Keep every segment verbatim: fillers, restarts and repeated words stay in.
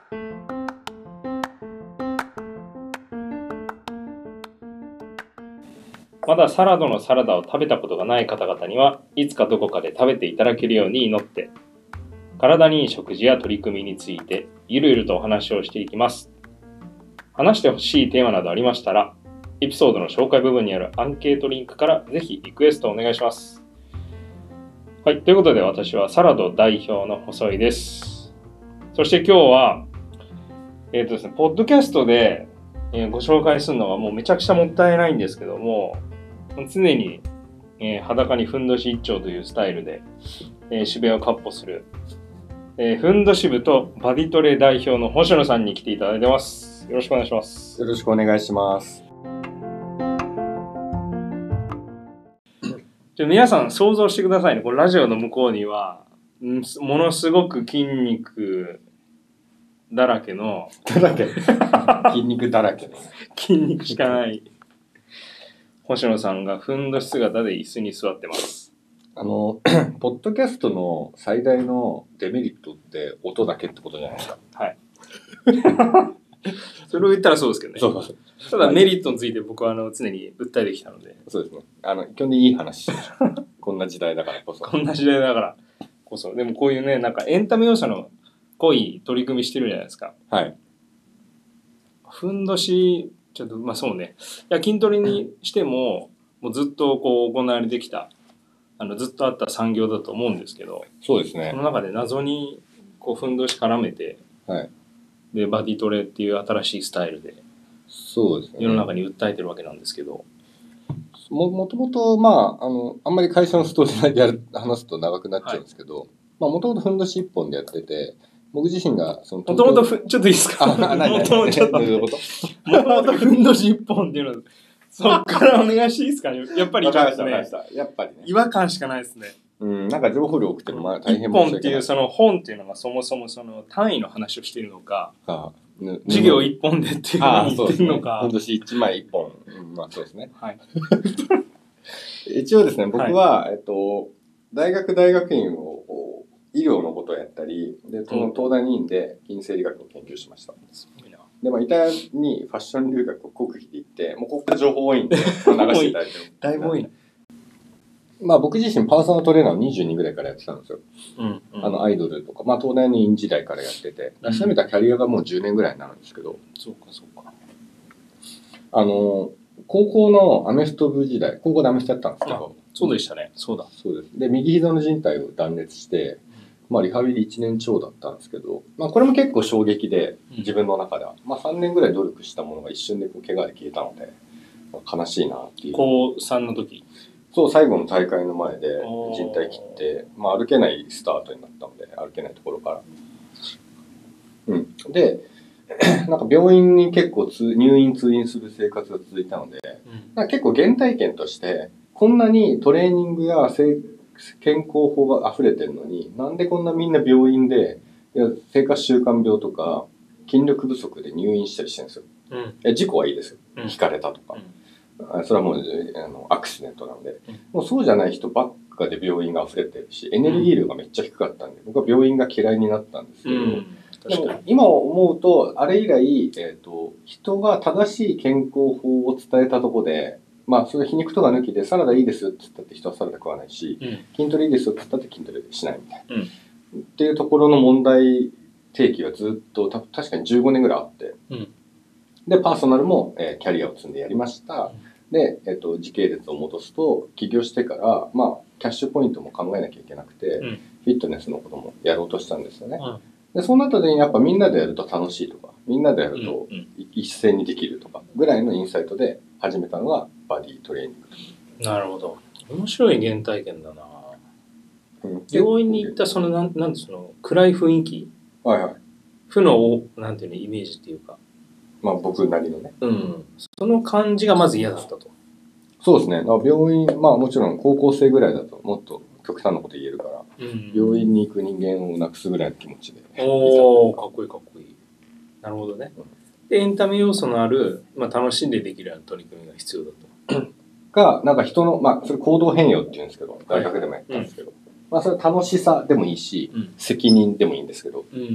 まだサラダのサラダを食べたことがない方々にはいつかどこかで食べていただけるように祈って、体にいい食事や取り組みについてゆるゆるとお話をしていきます。話してほしいテーマなどありましたら、エピソードの紹介部分にあるアンケートリンクからぜひリクエストお願いします。はい、ということで私はサラド代表の細井です。そして今日は、えっとですね、ポッドキャストでご紹介するのがもうめちゃくちゃもったいないんですけども、常に、えー、裸にふんどし一丁というスタイルで、えー、渋谷を闊歩する、えー、ふんどし部とバディトレ代表の星野さんに来ていただいてます。よろしくお願いします。 よろしくお願いします。 じゃ皆さん想像してくださいね。これラジオの向こうにはものすごく筋肉だらけのだらけ筋肉だらけです筋肉しかない星野さんがふんどし姿で椅子に座ってます。 あのポッドキャストの最大のデメリットって音だけってことじゃないですか。 はいそれを言ったらそうですけどね。 そうそうそう。 ただメリットについて僕はあの常に訴えてきたので。 そうですね。あの基本的にいい話しましょうこんな時代だからこそ。 こんな時代だからこそ。でもこういうね、なんかエンタメ要素の濃い取り組みしてるじゃないですか。 はい。 ふんどしちょっとまあそうね。いや筋トレにしてももうずっとこう行われてきたあのずっとあった産業だと思うんですけど。 そうですね。 その中で謎にこうふんどし絡めて。 はい。 でバディトレっていう新しいスタイルでそうですね、 世の中に訴えてるわけなんですけど、 ももともとまああのあんまり会社のストーリーでやる話すと長くなっちゃうんですけど、まあもともとふんどし一本でやってて、僕自身がそのもともとちょっといいですか？もともとちょっともともとふんどし一本っていうのそっからお願いしていいですかね。やっぱりちょっとね、 やっぱりね違和感しかないですね。 うん、なんか情報量多くてもまあ大変一本っていうその本っていうのがそもそもその単位の話をしているのか、 あぬ授業一本でっていうのに言ってるのか。 ふんどし一枚一本、うん、まあそうですね。 はい。 一応ですね、僕は、はい、えっと大学大学院を医療のことをやったり、でその東大に院で近生理学を研究しました。すごいな。でまあイタリアにファッション留学を国費で行って、もうここから情報多いんで流していただいてる。 だいぶ多いな。 まあ僕自身パーソナルトレーナーをにじゅうにぐらいからやってたんですよ。 うんうん、 あのアイドルとか、まあ東大の院時代からやってて、調べたキャリアがもうじゅうねんぐらいになるんですけど、 そうかそうか。 あの高校のアメフト部時代、高校でアメフトやったんですけど、 そうでしたね。そうだ。 そうです。で右膝の靭帯を断裂して、まあリハビリいちねん超だったんですけど、まあこれも結構衝撃で自分の中では、まあさんねんぐらい努力したものが一瞬でこう怪我で消えたので、まあ、悲しいなっていう。 こうさんの時。 そう、最後の大会の前で靭帯切って、まあ、歩けないスタートになったので、歩けないところから。うん。で、なんか病院に結構つ入院通院する生活が続いたので、うん、なんか結構原体験として、こんなにトレーニングや健康法が溢れてるのに、なんでこんなみんな病院で、いや生活習慣病とか筋力不足で入院したりしてるんですよ。うん、いや事故はいいですよ。引かれたとか。うんそれはもうあのアクシデントなので、うん、もうそうじゃない人ばっかで病院が溢れてるし、エネルギー量がめっちゃ低かったんで、僕は病院が嫌いになったんですけど、うん、でも今思うと、あれ以来、えーと、人が正しい健康法を伝えたところで、まあそれ皮肉とか抜きでサラダいいですよって言ったって人はサラダ食わないし、うん、筋トレいいですよって言ったって筋トレしないみたいな、うん、っていうところの問題提起はずっとた確かにじゅうごねんぐらいあって、うん、でパーソナルも、えー、キャリアを積んでやりました。うんで、えっと、時系列を戻すと、起業してから、まあ、キャッシュポイントも考えなきゃいけなくて、うん、フィットネスのこともやろうとしたんですよね。うん、で、そうなった時にやっぱみんなでやると楽しいとか、みんなでやると一斉にできるとか、ぐらいのインサイトで始めたのがバディトレーニング。 なるほど。面白い原体験だな。うん、病院に行ったその、なん、なんでその、暗い雰囲気はいはい。 負の、なんていうの、イメージっていうか。 まあ僕なりのね。 うん。その感じがまず嫌だったと。 そうですね。病院、まあもちろん高校生ぐらいだともっと極端なこと言えるから、うん、病院に行く人間をなくすぐらいの気持ちで。 おお、かっこいいかっこいい。なるほどね。で、エンタメ要素のある、まあ楽しんでできるような取り組みが必要だと。 が、なんか人の、まあそれ行動変容って言うんですけど、大学でもやったんですけど、はいうん、まあそれ楽しさでもいいし、うん、責任でもいいんですけど、うん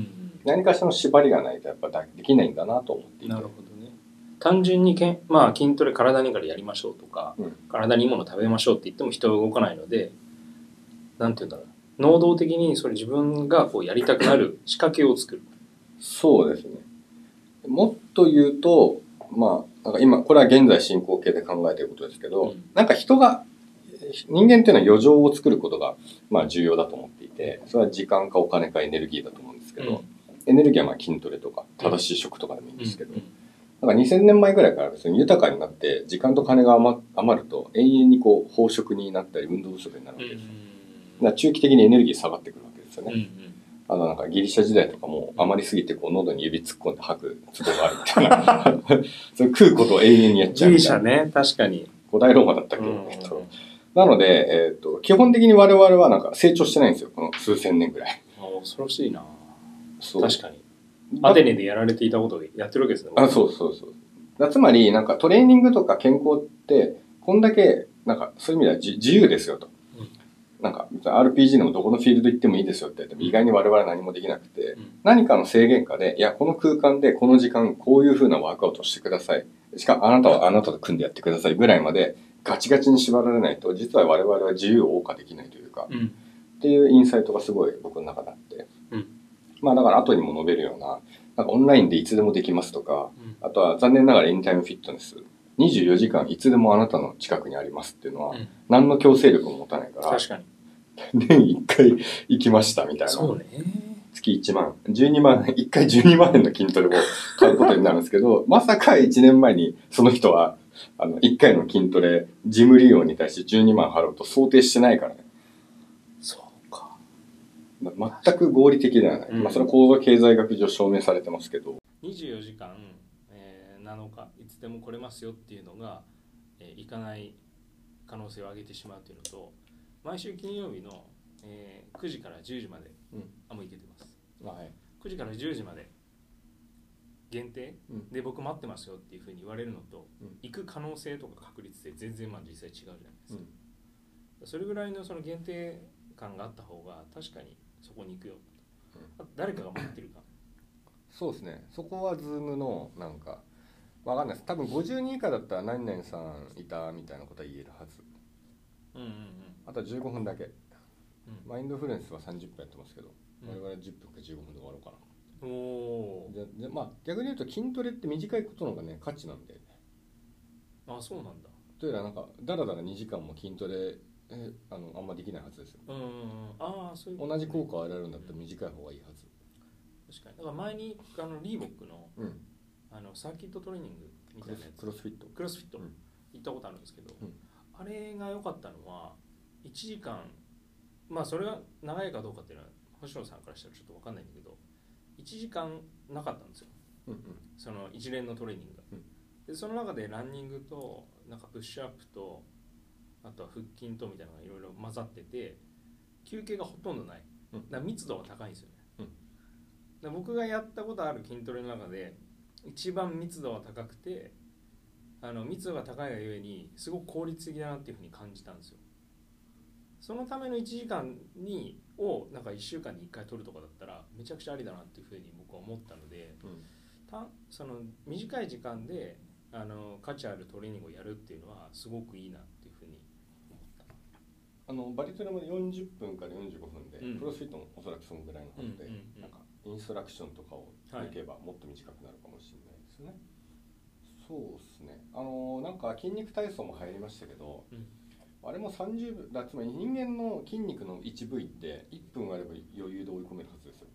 何かしらの縛りがないとやっぱできないんだなと思っていて。 なるほどね。単純にけん、まあ、筋トレ体にからやりましょうとか、うん、体にいいもの食べましょうって言っても人は動かないので、なんていうんだろう、能動的にそれ自分がこうやりたくなる仕掛けを作る。 そうですね。もっと言うと、まあ、なんか今これは現在進行形で考えていることですけど、うん、なんか人が人間っていうのは余剰を作ることがまあ重要だと思っていて、それは時間かお金かエネルギーだと思うんですけど、うん、エネルギーはまあ筋トレとか正しい食とかでもいいんですけど、うん、なんかにせんねんまえぐらいから別に豊かになって時間と金が余ると永遠にこう飽食になったり運動不足になるわけですよ。だから中期的にエネルギー下がってくるわけですよね。うんうん、あのなんかギリシャ時代とかも余りすぎてこう喉に指突っ込んで吐くツボがあるみたいなそれ食うことを永遠にやっちゃうみたいな。 ギリシャね、確かに。 古代ローマだったっけ、うん、なので、えーと、基本的に我々はなんか成長してないんですよ、この数千年ぐらい。 あ、恐ろしいな。そう、確かに。アテネでやられていたことをやってるわけですね。 あ、そうそうそう。だつまりなんかトレーニングとか健康ってこんだけなんかそういう意味では自由ですよと。なんか アールピージー でもどこのフィールド行ってもいいですよって言っても意外に我々は何もできなくて、うん、何かの制限下でいやこの空間でこの時間こういう風なワークアウトしてください、しかもあなたはあなたと組んでやってくださいぐらいまでガチガチに縛られないと実は我々は自由を謳歌できないというか、うん、っていうインサイトがすごい僕の中であって、うん、まあだから後にも述べるようななんかオンラインでいつでもできますとか、うん、あとは残念ながらエニタイムフィットネスにじゅうよじかんいつでもあなたの近くにありますっていうのは、うん、何の強制力も持たないから確かに年いっかい行きましたみたいな。 そうね。 月いちまん、じゅうにまん、いっかいじゅうにまんえんの筋トレを買うことになるんですけど、まさかいちねんまえにその人は、あの、いっかいの筋トレ、ジム利用に対してじゅうにまん払うと想定してないからね。 そうか。 全く合理的ではない。うん、まあ、それは構造経済学上証明されてますけど。 にじゅうよじかん、えー、なのか、いつでも来れますよっていうのが、えー、行かない可能性を上げてしまうというのと、毎週金曜日の、えー、くじからじゅうじまで、うん、あ、もういけてます、はい、くじからじゅうじまで限定、うん、で僕待ってますよっていうふうに言われるのと、うん、行く可能性とか確率って全然まあ実際違うじゃないですか、うん、それぐらいのその限定感があった方が確かにそこに行くよ、うん、誰かが待ってるか。 そうですね、そこはズームのなんかわかんないです、多分ごじゅうにん以下だったら何々さんいたみたいなことは言えるはず。うんうんうん、あとはじゅうごふんだけ、うん、マインドフルネスはさんじゅっぷんやってますけど、うん、我々じゅっぷんかじゅうごふんで終わろうかな。おでで、まあ、逆に言うと筋トレって短いことの方がね価値なんで、ね、 あ、そうなんだ。 というのはなんかだらだらにじかんも筋トレえあのあんまできないはずですよ。うん、あ、そういうことね、同じ効果を得られるんだったら短い方がいいはず。 確かに。だから前にあのリーボックの、うん、あのサーキットトレーニングみたいなやつ、 クロスフィットクロスフィット、うん、行ったことあるんですけど、うん、あれが良かったのはいちじかん、まあそれが長いかどうかっていうのは星野さんからしたらちょっと分かんないんだけど、いちじかんなかったんですよ、うんうん、その一連のトレーニングが、うん、でその中でランニングとなんかプッシュアップとあとは腹筋とみたいなのがいろいろ混ざってて休憩がほとんどない、うん、だから密度が高いんですよね、うん、だ僕がやったことある筋トレの中で一番密度が高くて、あの密度が高いがゆえにすごく効率的だなっていうふうに感じたんですよ。そのためのいちじかんにをなんかいっしゅうかんにいっかい取るとかだったらめちゃくちゃありだなっていうふうに僕は思ったので、うん、たその短い時間であの価値あるトレーニングをやるっていうのはすごくいいなっていうふうに思った。 あのバリトレもよんじゅっぷんからよんじゅうごふんで、うん、クロスフィットもおそらくそのぐらいのはずで、うんうんうん、なんかインストラクションとかを抜けばもっと短くなるかもしれないですよね、はい、そうですね。あのなんか筋肉体操も入りましたけど、うん、あれもさんじゅうだ、つまり人間の筋肉の一部位っていっぷんあれば余裕で追い込めるはずですよ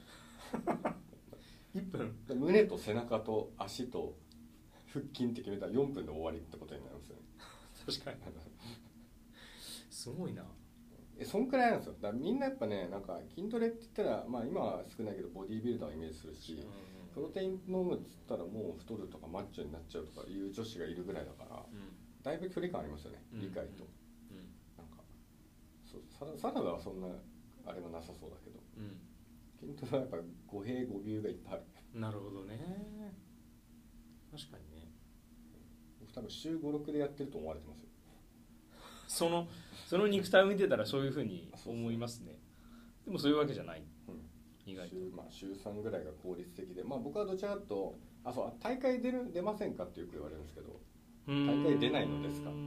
いっぷん胸と背中と足と腹筋って決めたらよんぷんで終わりってことになりますよね確かにすごいな。 えそんくらいなんですよ。だからみんなやっぱね、なんか筋トレって言ったら、まあ今は少ないけどボディービルダーをイメージするし、うんうん、プロテイン飲むっつったらもう太るとかマッチョになっちゃうとかいう女子がいるぐらいだから、うん、だいぶ距離感ありますよね、理解と、うんうん、なんかそうサラ、サラダはそんなあれはなさそうだけど、うん、筋トレはやっぱ語弊語尾がいっぱいある。 なるほどね。確かにね。 僕多分週ご、ろくでやってると思われてますよ。 そのその肉体を見てたらそういうふうに思いますね。でもそういうわけじゃない、うん、 意外と週、まあ、週さんぐらいが効率的で、まあ、僕はどちらかというとあそう大会出る出ませんかってよく言われるんですけど、大会出ないのですかって、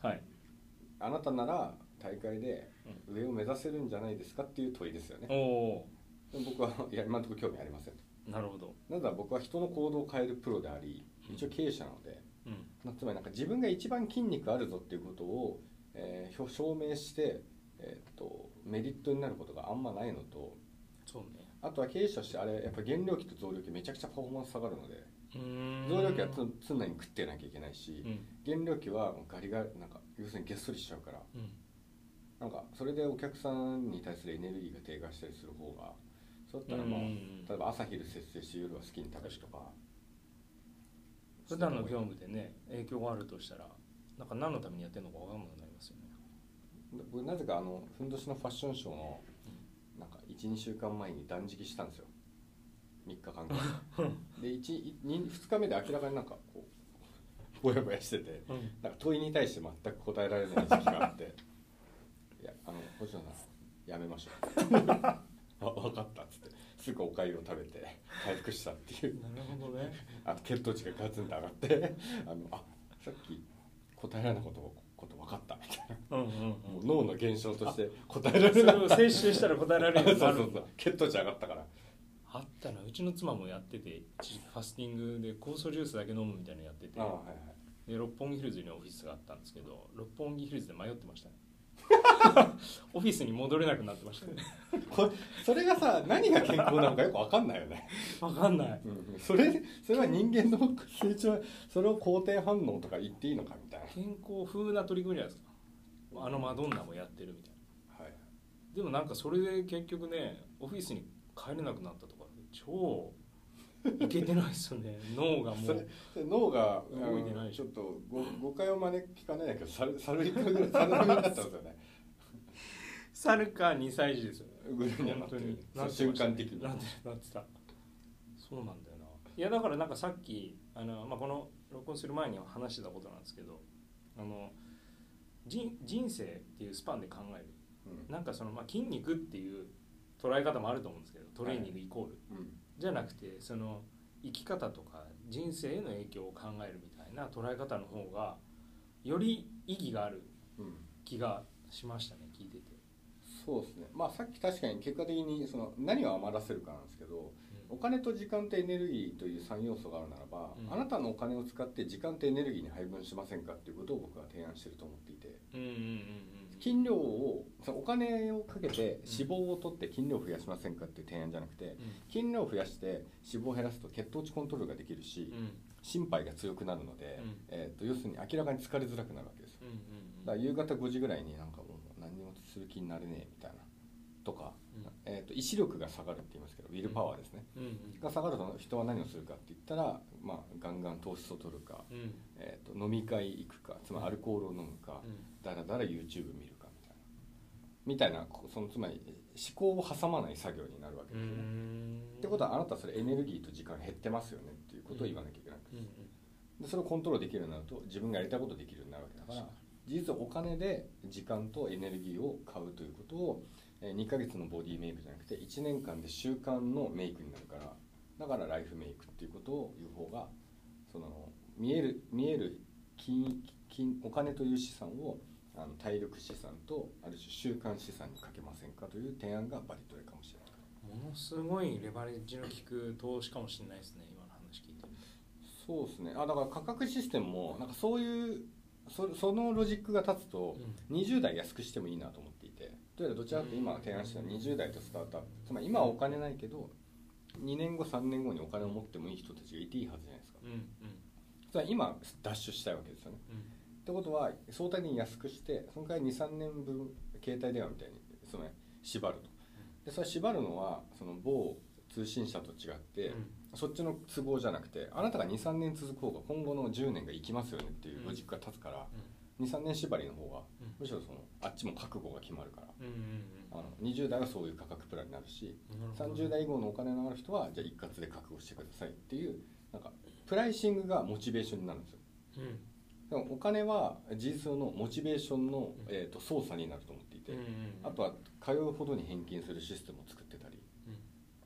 はい、 あなたなら大会で上を目指せるんじゃないですかっていう問いですよね。 おでも僕はいや今のところ興味ありませんと。 なるほど。 なぜなら僕は人の行動を変えるプロであり一応経営者なので、 うん、 つまりなんか自分が一番筋肉あるぞっていうことを、えー、証明して、えー、とメリットになることがあんまないのと、 そうね、 あとは経営者としてあれやっぱ減量期と増量期めちゃくちゃパフォーマンス下がるので、 うーん増量期はつ常に食ってなきゃいけないし、 うん、 減量期はガリガリなんか要するにげっそりしちゃうから、 うん、 なんかそれでお客さんに対するエネルギーが低下したりする方がそうだったらもう、うん、例えば朝昼節制して夜は好きに食べるとか、 普段の業務でね影響があるとしたらなんか何のためにやってるのか分からなくなりますよね。 僕なぜかあのふんどしのファッションショーのなんか いち,に 週間前に断食したんですよ、みっかかんぐらいで 1, ふつかめで明らかになんかこうぼやぼやしてて、うん、なんか問いに対して全く答えられない時期があっていやあの星野さんやめましょうあ分かったっつってすぐおかゆを食べて回復したっていう。 なるほどね。 あの血糖値がガツンと上がってあのあさっき答えられないことこと分かったみたいな、うんうんうん、もう脳の現象として答えられない。それを摂取したら答えられるようになるそうそうそう血糖値上がったから。 あったな、うちの妻もやってて一時期ファスティングで酵素ジュースだけ飲むみたいなのやってて、あ、はいはい、で六本木ヒルズにオフィスがあったんですけど六本木ヒルズで迷ってましたねオフィスに戻れなくなってましたねこれそれがさ何が健康なのかよく分かんないよね分かんない、 うん、それそれは人間の成長それを肯定反応とか言っていいのかみたいな。 健康風な取り組みじゃないですか、あのマドンナもやってるみたいな、はい、でもなんかそれで結局ねオフィスに帰れなくなったとか超いけてないですよね脳がもうそれそれ脳が動いてない。 ちょっと誤解を招きかねないけど猿猿いくらぐらい猿並みになったんですよね猿かにさい児ですよねぐらいにはなってる瞬間的になってなってた。そうなんだよな。いやだからなんかさっきあの、まあ、この録音する前には話してたことなんですけど、あの人人生っていうスパンで考える、うん、なんかその、まあ、筋肉っていう捉え方もあると思うんですけど、トレーニングイコール、はい、うん、じゃなくてその生き方とか人生への影響を考えるみたいな捉え方の方がより意義がある気がしましたね、聞いてて。 そうですね、まあさっき確かに結果的にその何を余らせるかなんですけど、うん、お金と時間とエネルギーというさん要素があるならば、うん、あなたのお金を使って時間とエネルギーに配分しませんかっていうことを僕は提案してると思っていて、うんうんうんうん、筋量をそのお金をかけて脂肪を取って筋量を増やしませんかっていう提案じゃなくて、うん、筋量を増やして脂肪を減らすと血糖値コントロールができるし、うん、心肺が強くなるので、うん、えー、と要するに明らかに疲れづらくなるわけですよ、うんうんうん、だから夕方ごじぐらいになんかもう何にもする気になれねえみたいなとか、うん、えー、と意志力が下がるって言いますけどウィルパワーですね、うんうんうん、が下がると人は何をするかって言ったら、まあ、ガンガン糖質を取るか、うん、えー、と飲み会行くか、つまりアルコールを飲むか、うん、だらだら YouTube 見るかみたいなみたいな、そのつまり思考を挟まない作業になるわけですね。ってことはあなたはそれエネルギーと時間減ってますよねっていうことを言わなきゃいけないわけです、うんうんうん、でそれをコントロールできるようになると自分がやりたいことできるようになるわけだから、事実お金で時間とエネルギーを買うということをにかげつのボディメイクじゃなくていちねんかんで習慣のメイクになるから、だからライフメイクっていうことを言う方がその見える見える金金お金という資産をあの体力資産とある種習慣資産にかけませんかという提案がバリトレかもしれない。 ものすごいレバレッジの効く投資かもしれないですね、今の話聞いてる。 そうですね。あだから価格システムもなんかそういうそ, そのロジックが立つとにじゅう代安くしてもいいなと思っていて、というどちらかというと今提案したのはにじゅう代とスタートアップ、つまり今はお金ないけどにねんごさんねんごにお金を持ってもいい人たちがいていいはずじゃないですか、うんうん、つまり今ダッシュしたいわけですよね、うん、ってことは相対的に安くしてその代わりにさんねんぶん携帯電話みたいにその縛ると。でそれ縛るのはその某通信社と違って、うん、そっちの都合じゃなくてあなたが にさんねん続く方が今後のじゅうねんが生きますよねっていうロジックが立つから、うん、にさんねん縛りの方が、うん、むしろそのあっちも覚悟が決まるから、うんうんうん、あのにじゅう代はそういう価格プランになるし、うん、さんじゅう代以降のお金のある人はじゃあ一括で覚悟してくださいっていうなんかプライシングがモチベーションになるんですよ、うん、でもお金は事実上のモチベーションの、うん、えーと操作になると思っていて、うんうんうん、あとは通うほどに返金するシステムを作ってたり、うん、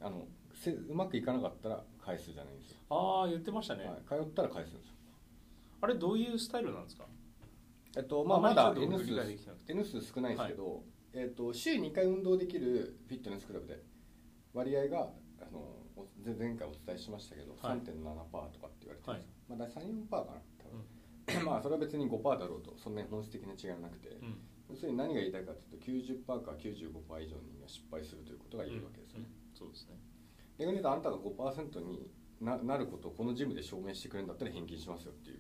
あのせうまくいかなかったら返すじゃないんですよ。 ああ言ってましたね、 はい、通ったら返すんですよ。あれどういうスタイルなんですか？ えっとまあ、まだ N N 数、N 数少ないですけど、はい、えっと、週にかい運動できるフィットネスクラブで割合があの前回お伝えしましたけど、はい、さんてんななパーセント とかって言われてるんですよ、はい、まあ、さんじゅうよんパーセント かな多分、うん、まあそれは別に ごパーセント だろうとそんなに本質的な違いはなくて、うん、要するに何が言いたいかというと きゅうじゅっパーセント か きゅうじゅうごパーセント 以上には失敗するということが言えるわけですよね、 うんうん、そうですね。 逆に言うとあなたが ごパーセント に な, なることをこのジムで証明してくれるんだったら返金しますよっていう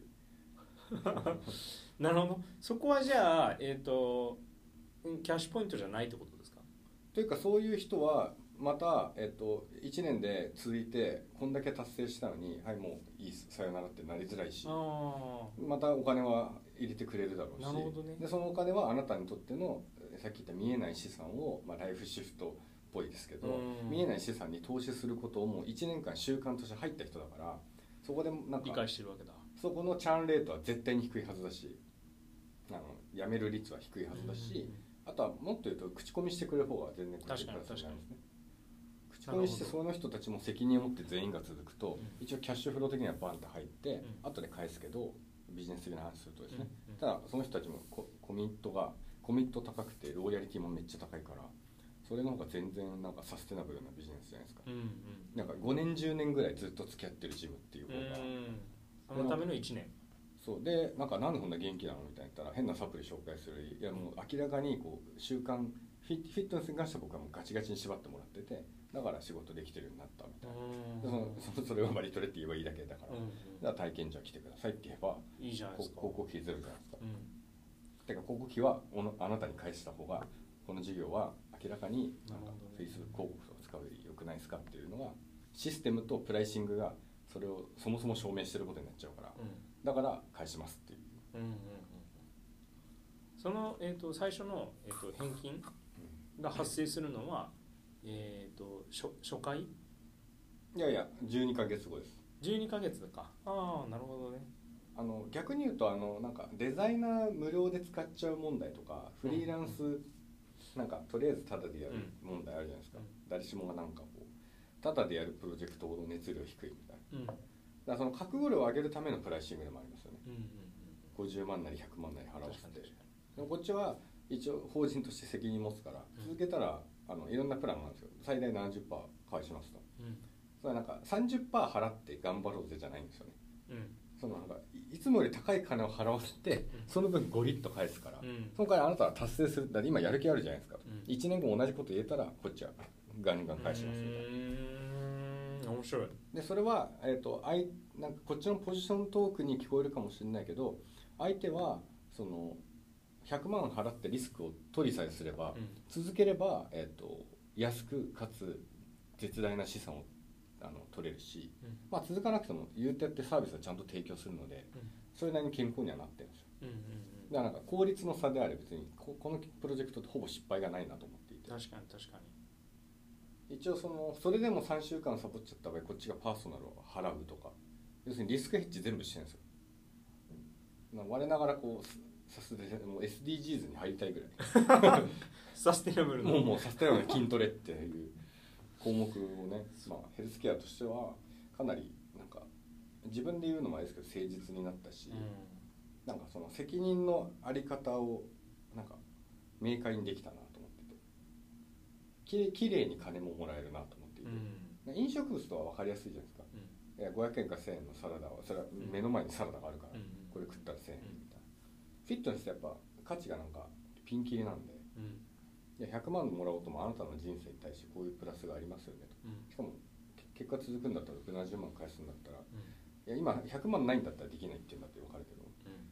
なるほど。そこはじゃあ、えーと、キャッシュポイントじゃないってことですか？ というかそういう人はまた、えっと、いちねんで続いてこんだけ達成したのにはいもういいさよならってなりづらいし、またお金は入れてくれるだろうし、 なるほどね、 でそのお金はあなたにとってのさっき言った見えない資産を、まあ、ライフシフトっぽいですけど見えない資産に投資することをもういちねんかん習慣として入った人だからそこでなんか理解してるわけだ。 そこのチャーンレートは絶対に低いはずだしあの辞める率は低いはずだし、あとはもっと言うと口コミしてくれる方が全然確かに確かに口コミしてその人たちも責任を持って全員が続くと、うん、一応キャッシュフロー的にはバンって入って、うん、後で返すけどビジネス的な話するとですね、うんうん、ただその人たちも コ, コミットがコミット高くてロイヤリティもめっちゃ高いからそれの方が全然なんかサステナブルなビジネスじゃないですか、うんうん、なんかごねんじゅうねんぐらいずっと付き合ってるジムっていう方が、うん、 そのためのいちねんそうでなんかなんでこんな元気なのみたいな言ったら変なサプリ紹介するいやもう明らかにこう習慣フィットネスに関しては僕はもうガチガチに縛ってもらっててだから仕事できてるようになったみたいなでそのそのそれをバリトレって言えばいいだけだから、うんうん、だから体験じゃ来てくださいって言えばいいじゃないですか。 広告費ゼロじゃないですか、うん、てか広告費はおのあなたに返した方がこの事業は明らかになんか Facebook 広告を使うより良くないですかっていうのがシステムとプライシングがそれをそもそも証明してることになっちゃうから、うん、だから返しますっていう、うんうんうん、 その、えーと、最初の、えーと、返金が発生するのは、うん、えーと、初、初回？いやいやじゅうにかげつごです。 じゅうにかげつか。ああなるほどね。 あの逆に言うとあのなんかデザイナー無料で使っちゃう問題とかフリーランス、うん、なんかとりあえずタダでやる問題あるじゃないですか、うん、誰しもがなんかこうタダでやるプロジェクトほど熱量低いみたいな、うん、だからその覚悟量を上げるためのプライシングでもありますよね、うんうんうん、ごじゅうまんなりひゃくまんなり払わせてでもこっちは一応法人として責任持つから、うん、続けたらあのいろんなプランがあるんですよ。最大 ななじゅっパーセント 返しますと、うん、それはなんか さんじゅっパーセント 払って頑張ろうぜじゃないんですよね、うん、そのなんかいつもより高い金を払わせて、うん、その分ゴリッと返すから、うん、その代わりあなたは達成するだって今やる気あるじゃないですか、うん、いちねんご同じこと言えたらこっちはガンガン返しますみたいな。うーん面白い。 でそれは、えーと、あいなんかこっちのポジショントークに聞こえるかもしれないけど相手はそのひゃくまん払ってリスクを取りさえすれば、うん、続ければ、えーと、安くかつ絶大な資産をあの取れるし、うん、まあ、続かなくても言うてやってサービスはちゃんと提供するので、うん、それなりに健康にはなってるんですよ、うんうんうん、だからなんか効率の差であれ別に こ, このプロジェクトってほぼ失敗がないなと思っていて確かに確かに一応そのそれでもさんしゅうかんサボっちゃった場合こっちがパーソナルを払うとか要するにリスクヘッジ全部してるんですよ、うん、我ながらこうさすがもう エスディージーズ に入りたいぐらいサステナブルなもうもうサステナブルな筋トレっていう項目をね、まあ、ヘルスケアとしてはかなりなんか自分で言うのもあれですけど誠実になったし、うん、なんかその責任のあり方をなんか明快にできたなと思っててきれきれいに金ももらえるなと思っていて、うん、飲食物とは分かりやすいじゃないですか、うん、いやごひゃくえんかせんえんのサラダはそれは目の前にサラダがあるから、うん、これ食ったらせんえんみたいな、フィットネスってやっぱ価値がなんかピンキリなんで、うん、いやひゃくまんもらおうともあなたの人生に対してこういうプラスがありますよねと、うん、しかも結果続くんだったらろくじゅうななじゅうまん返すんだったら、うん、いや今ひゃくまんないんだったらできないって言うんだって分かるけど、うん、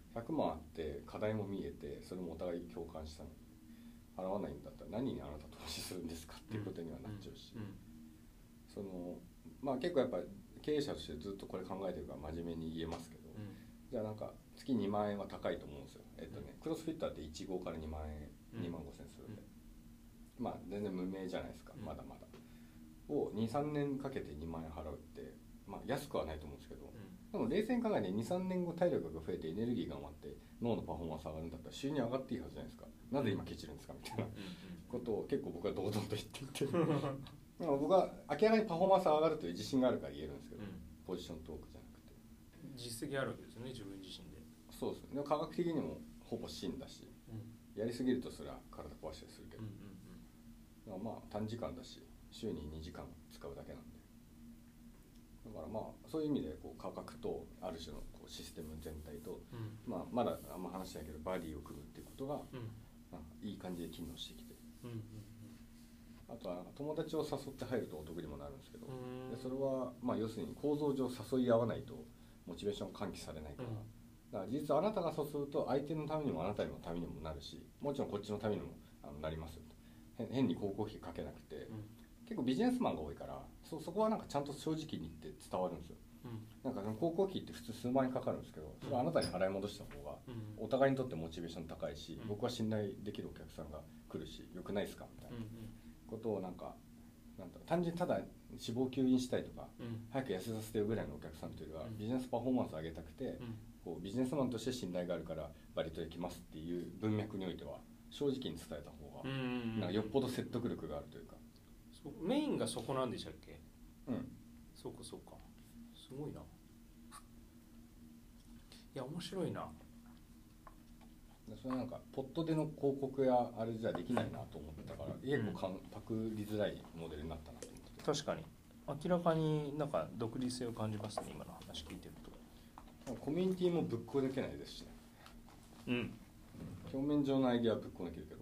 ひゃくまんあって課題も見えてそれもお互い共感したのに払わないんだったら何にあなた投資するんですかっていうことにはなっちゃうし、うんうん、そのまあ結構やっぱ経営者としてずっとこれ考えてるから真面目に言えますけど、うん、じゃあなんか月にまん円は高いと思うんですよ。えっとね、クロスフィッターっていち号からにまん円、うん、にまんごせんするんで、うん、まあ全然無名じゃないですか、うん、まだまだを にさんねんかけてにまん円払うってまあ安くはないと思うんですけど、うん、でも冷静に考えて にさんねんご体力が増えてエネルギーが余って脳のパフォーマンス上がるんだったら収入上がっていいはずじゃないですか。なぜ今ケチるんですかみたいなことを結構僕は堂々と言っていてでも僕は明らかにパフォーマンス上がるという自信があるから言えるんですけど、 うん、 ポジショントークじゃなくて実績あるわけですよね、自分自身で。 そうですね。でも科学的にもほぼ真だし、うん、やりすぎるとそれは体壊したりするけど、うんうんうん、まあ短時間だし週ににじかん使うだけなんで、だからまあそういう意味でこう価格とある種のこうシステム全体と、うん、まあ、まだあんま話してないけどバディを組むっていうことが、うん、なんかいい感じで機能してきて、うんうんうん、あとはなんか友達を誘って入るとお得にもなるんですけど、でそれはまあ要するに構造上誘い合わないとモチベーション喚起されないから、うん、だから実はあなたが誘うと相手のためにもあなたのためにもなるし、もちろんこっちのためにもあのなりますよと。変に広告費かけなくて、うん、結構ビジネスマンが多いから そ, そこはなんかちゃんと正直に言って伝わるんですよ、うん、なんかその広告費って普通数万円かかるんですけど、それはあなたに払い戻した方がお互いにとってモチベーション高いし、うん、僕は信頼できるお客さんが来るし、よくないですかみたいなことをなんかなんだろう、単純にただ脂肪吸引したいとか、うん、早く痩せさせてるぐらいのお客さんというよりは、うん、ビジネスパフォーマンスを上げたくて、うん、こうビジネスマンとして信頼があるからバリトできますっていう文脈においては正直に伝えた方がなんかよっぽど説得力があるというか、 そうメインがそこなんでしたっけ。 うん、 そうかそうか、すごいな。いや面白いな。 それなんかポットでの広告やあれじゃできないなと思ったから、結構かんパクりづらいモデルになったなと思って。 確かに明らかになんか独立性を感じますね、今の話聞いてると。コミュニティもぶっこ抜けないですしね。 うん、 表面上のアイディアはぶっこ抜けるけど。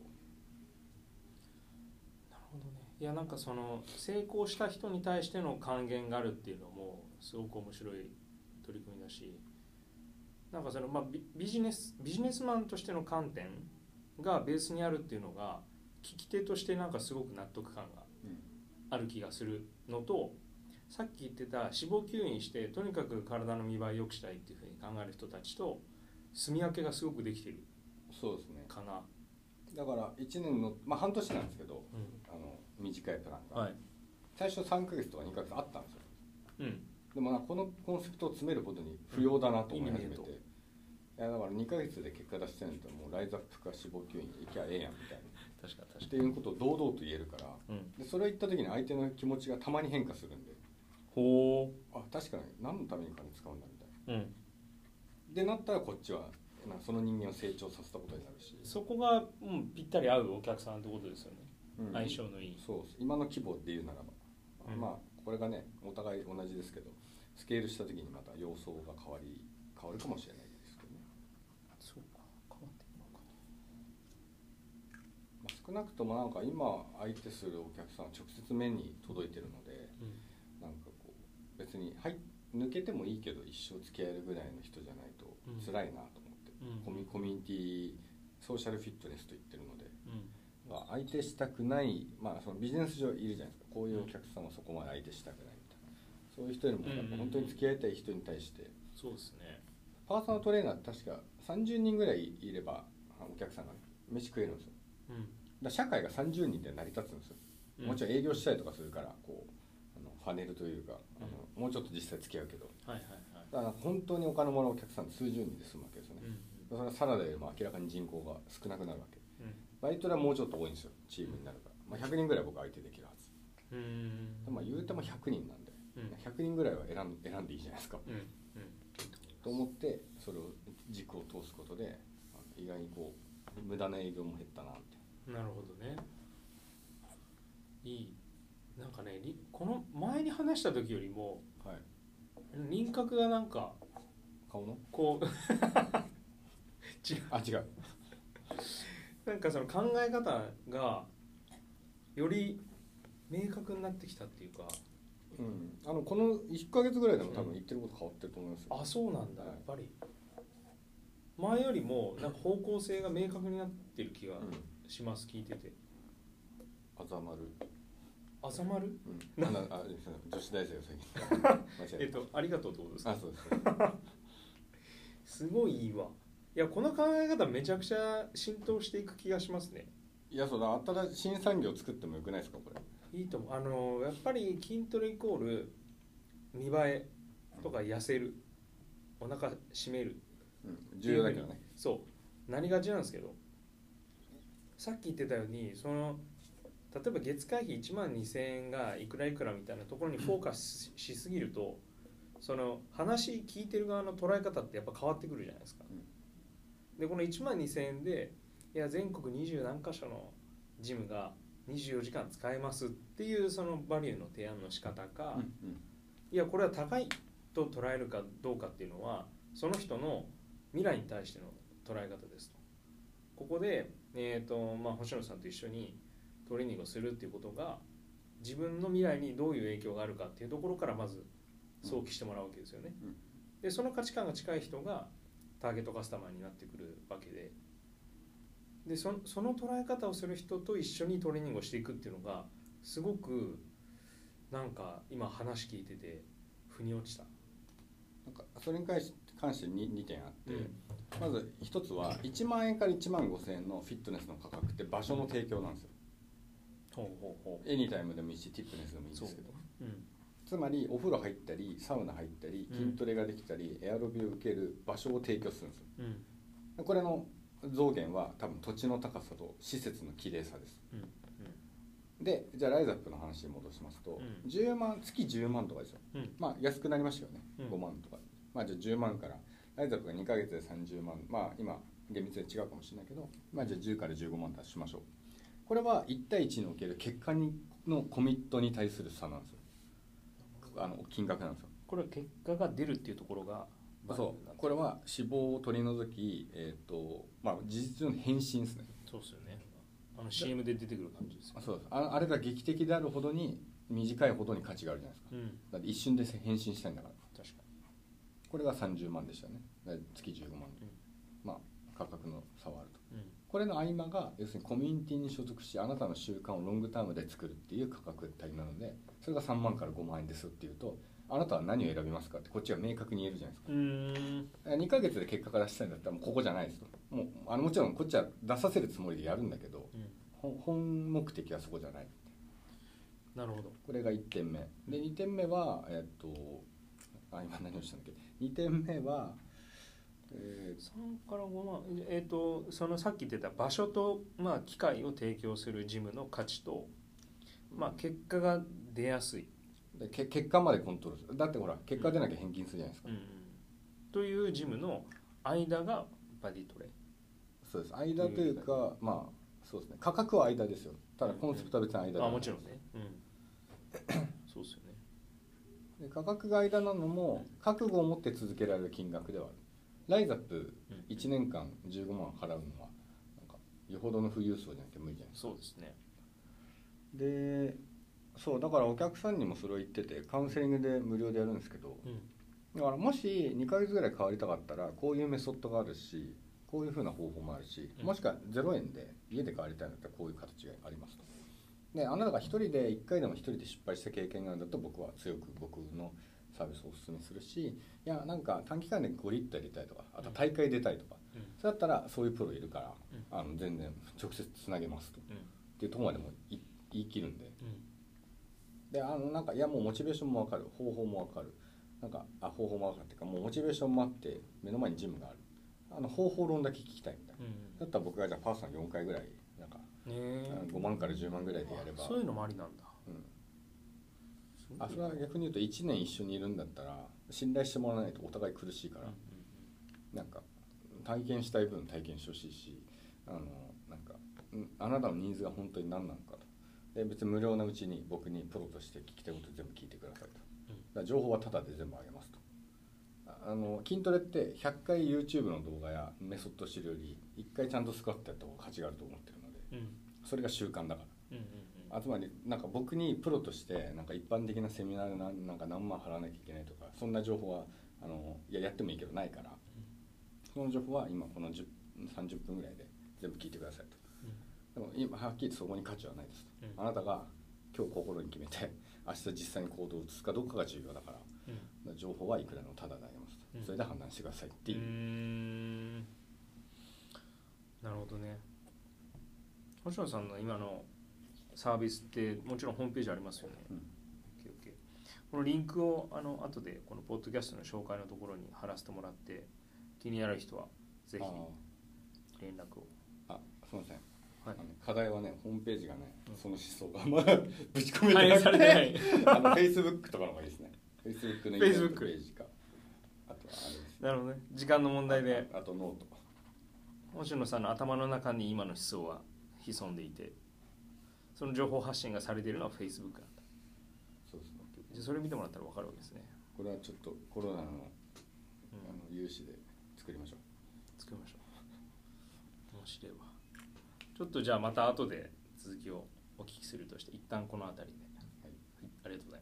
なるほどね。いやなんかその成功した人に対しての還元があるっていうのもすごく面白い取り組みだし、なんかそのまあビジネスビジネスマンとしての観点がベースにあるっていうのが聞き手としてなんかすごく納得感がある気がするのと、うん、さっき言ってた脂肪吸引してとにかく体の見栄えを良くしたいっていうふうに考える人たちと住み分けがすごくできてるかな。 そうですね。だからいちねんの、まあ、半年なんですけど、うん、あの短いプランが、はい、最初さんかげつとかにかげつあったんですよ、うん、でもなこのコンセプトを詰めることに不要だなと思い始めて、うん、いやだからにかげつで結果出してないともうライズアップか脂肪吸引いきゃええやんみたいな確か確かっていうことを堂々と言えるから、うん、でそれを言った時に相手の気持ちがたまに変化するんで、 ほうあ確かに何のために金使うんだみたいな、うん、でなったらこっちはなんかその人間を成長させたことになるし、 そこが、うん、ぴったり合うお客さんってことですよね、うん、相性のいい。 そう今の規模で言うならば、うん、まあこれがねお互い同じですけどスケールした時にまた様相が変わり変わるかもしれないですけどね。 そうか変わっていくのか、 まあ、少なくともなんか今相手するお客さんは直接目に届いてるので、うん、なんかこう別にはい抜けてもいいけど一生付き合えるぐらいの人じゃないと辛いなと思って、うん、コミ、コミュニティソーシャルフィットネスと言ってるので、うんまあ、相手したくない、まあ、そのビジネス上いるじゃないですか、こういうお客さんはそこまで相手したくないみたいな、そういう人よりもやっぱ本当に付き合いたい人に対して、うんうんうん、そうですね。 パーソナルトレーナー確かさんじゅうにんぐらいいればお客さんが、ね、飯食えるんですよ、うん、だ社会がさんじゅうにんで成り立つんですよ、うん、もちろん営業したりとかするからこうあのファネルというか、うん、あのもうちょっと実際付き合うけど、はいはいはい、だから本当にお金もらうお客さん数十人で済むわけですよね、うん、それはサラダよりも明らかに人口が少なくなるわけ、うん、バイトではもうちょっと多いんですよチームになるから、まあ、ひゃくにんぐらい僕相手できるはず、うん、まあ言うてもひゃくにんなんで、うん、ひゃくにんぐらいは選ん、選んでいいじゃないですか、うんうん、と思ってそれを軸を通すことで意外にこう無駄な営業も減ったなって。 なるほどね。いい。なんかねこの前に話した時よりも、はい、輪郭がなんか顔のこう違うあ違うなんかその考え方がより明確になってきたっていうか、 うん、あのこのいっかげつぐらいでも多分言ってること変わってると思いますよ、 うん、あそうなんだ、はい、やっぱり前よりもなんか方向性が明確になってる気がします、うん、聞いてて。 あざまるあざまる、 うん、ああ女子大生が最近えっとありがとうってことですか。 あそうですすごいいいわ。いやこの考え方めちゃくちゃ浸透していく気がしますね。 いやそうだ新しい新産業作ってもよくないですかこれ。 いいと思う。あのやっぱり筋トレイコール見栄えとか痩せる、お腹締める、 うん、重要だけどね。 そうなりがちなんですけど、さっき言ってたようにその例えば月会費いちまんにせんえんがいくらいくらみたいなところにフォーカスしすぎると、その話聞いてる側の捉え方ってやっぱ変わってくるじゃないですか、うん、でこのいちまんにせんえんでいや全国にじゅう何箇所のジムがにじゅうよじかん使えますっていうそのバリューの提案の仕方か、うんうん、いやこれは高いと捉えるかどうかっていうのはその人の未来に対しての捉え方ですと。ここで、えーとまあ、星野さんと一緒にトレーニングをするっていうことが自分の未来にどういう影響があるかっていうところからまず想起してもらうわけですよね、うん、でその価値観が近い人がターゲットカスタマーになってくるわけで、で そ, その捉え方をする人と一緒にトレーニングをしていくっていうのがすごくなんか今話聞いてて腑に落ちた。 なんかそれに関して 2, にてんあって、うん、まずひとつはいちまんえんからいちまんごせんえんのフィットネスの価格って場所の提供なんですよ。ほうほうほう。エニタイムでもいいしティップネスでもいいんですけど、うん、つまりお風呂入ったりサウナ入ったり筋トレができたり、うん、エアロビを受ける場所を提供するんですよ、うん、これの増減は多分土地の高さと施設の綺麗さです、うんうん、でじゃあライザップの話に戻しますと、うん、じゅうまん月じゅうまんとかですよ、うん、まあ安くなりましたよね、うん、ごまんとか、まあじゃあじゅうまんからライザップがにかげつでさんじゅうまん、まあ今厳密で違うかもしれないけど、まあじゃあじゅうからじゅうごまん足しましょう。これはいち対いちにおける結果にのコミットに対する差なんですよ。あの金額なんですよ。 これは結果が出るっていうところが、 そうこれは脂肪を取り除き、えーとまあ、事実上の変身ですね。 そうですよね。あの シーエム で出てくる感じですよね。 そうです。あ, あれが劇的であるほどに短いほどに価値があるじゃないですか、うん、だって一瞬で変身したいんだから。確かにこれがさんじゅうまんでしたね。月じゅうごまん、うん、まあ価格の差はあると、うん、これの合間が要するにコミュニティに所属しあなたの習慣をロングタームで作るっていう価格帯なので、それがさんまんからごまんえんですっていうと、あなたは何を選びますかってこっちは明確に言えるじゃないですか。うーんにかげつで結果が出したいんだったらもうここじゃないですと。もうあのもちろんこっちは出させるつもりでやるんだけど、うん、本目的はそこじゃない。 なるほど。 これがいってんめで、にてんめはえっとあ今何をしたんだっけ。にてんめはえー、さんからごまん、えーと、そのさっき言ってた場所と、まあ、機械を提供するジムの価値と、まあ、結果が出やすいでけ結果までコントロールする。だってほら結果出なきゃ返金するじゃないですか、うんうん、 というジムの間がバディトレ。 そうです。間というかまあそうですね、価格は間ですよ。ただコンセプトは別に間で、うん、 あもちろんね、うん、そうですよね。 で価格が間なのも覚悟を持って続けられる金額ではある。ライザップいちねんかんじゅうごまん払うのはなんかよほどの富裕層じゃなきゃ無理じゃないですか。 そうですね。 でそうだからお客さんにもそれを言ってて、カウンセリングで無料でやるんですけど、うん、だからもしにかげつぐらい変わりたかったらこういうメソッドがあるしこういう風な方法もあるし、もしくはゼロえんで家で変わりたいんだったらこういう形がありますと。であなたが一人でいっかいでも一人で失敗した経験があるんだと僕は強く僕のサービスをお勧めするし、いやなんか短期間でごリットル入れたいとか、あと大会出たいとか、うん、それだったらそういうプロいるから、うん、あの全然直接つなげますと、うん、っていうところまでも言い切るんで、うん、であのなんかいやもうモチベーションも分かる、方法も分かる、なんかあ方法も分かるっていうかもうモチベーションもあって目の前にジムがある、あの方法論だけ聞きたいみたいな、うん、だったら僕がじゃあパーソナルよんかいぐらいなんかごまんからじゅうまんぐらいでやれば、 そういうのもありなんだ、うんあそれは逆に言うといちねん一緒にいるんだったら信頼してもらわないとお互い苦しいから、うんうんうん、なんか体験したい分体験してほしいし、あのなんかあなたのニーズが本当に何なのかと。で別に無料なうちに僕にプロとして聞きたいこと全部聞いてくださいと、うん、だから情報はタダで全部あげますと。あの筋トレってひゃっかい YouTube の動画やメソッド知るよりいっかいちゃんとスクワットやった方が価値があると思ってるので、うん、それが習慣だから、うんうんうん、あつまりなんか僕にプロとしてなんか一般的なセミナーでなんなんか何万払わなきゃいけないとかそんな情報はあのいややってもいいけどないから、うん、その情報は今このさんじゅっぷんぐらいで全部聞いてくださいと、うん、でも今はっきりそこに価値はないですと、うん、あなたが今日心に決めて明日実際に行動を移すかどうかが重要だから、うん、情報はいくらのタダであげますと、うん、それで判断してくださいっていう、うーんなるほどね。星野さんの今のサービスってもちろんホームページありますよね、うん、オーケーオーケー。このリンクをあの後でこのポッドキャストの紹介のところに貼らせてもらって気になる人はぜひ連絡を。 あ、すみません、 あの課題はね、ホームページがね、うん、その思想がまだぶち込めてなくて、 ないあの Facebook とかの方がいいですね。Facebook のイベントページか。あとはあれです、ね、 なるほどね。時間の問題で。 あ, あとノート。 星野さんの頭の中に今の思想は潜んでいて、その情報発信がされているのは Facebook なんだ。 そうですね。 じゃあそれ見てもらったら分かるわけですね。 これはちょっとコロナの、うん、あの有志で作りましょう。 作りましょう。面白いわ。ちょっとじゃあまた後で続きをお聞きするとして、一旦この辺りで、はい、ありがとうございます。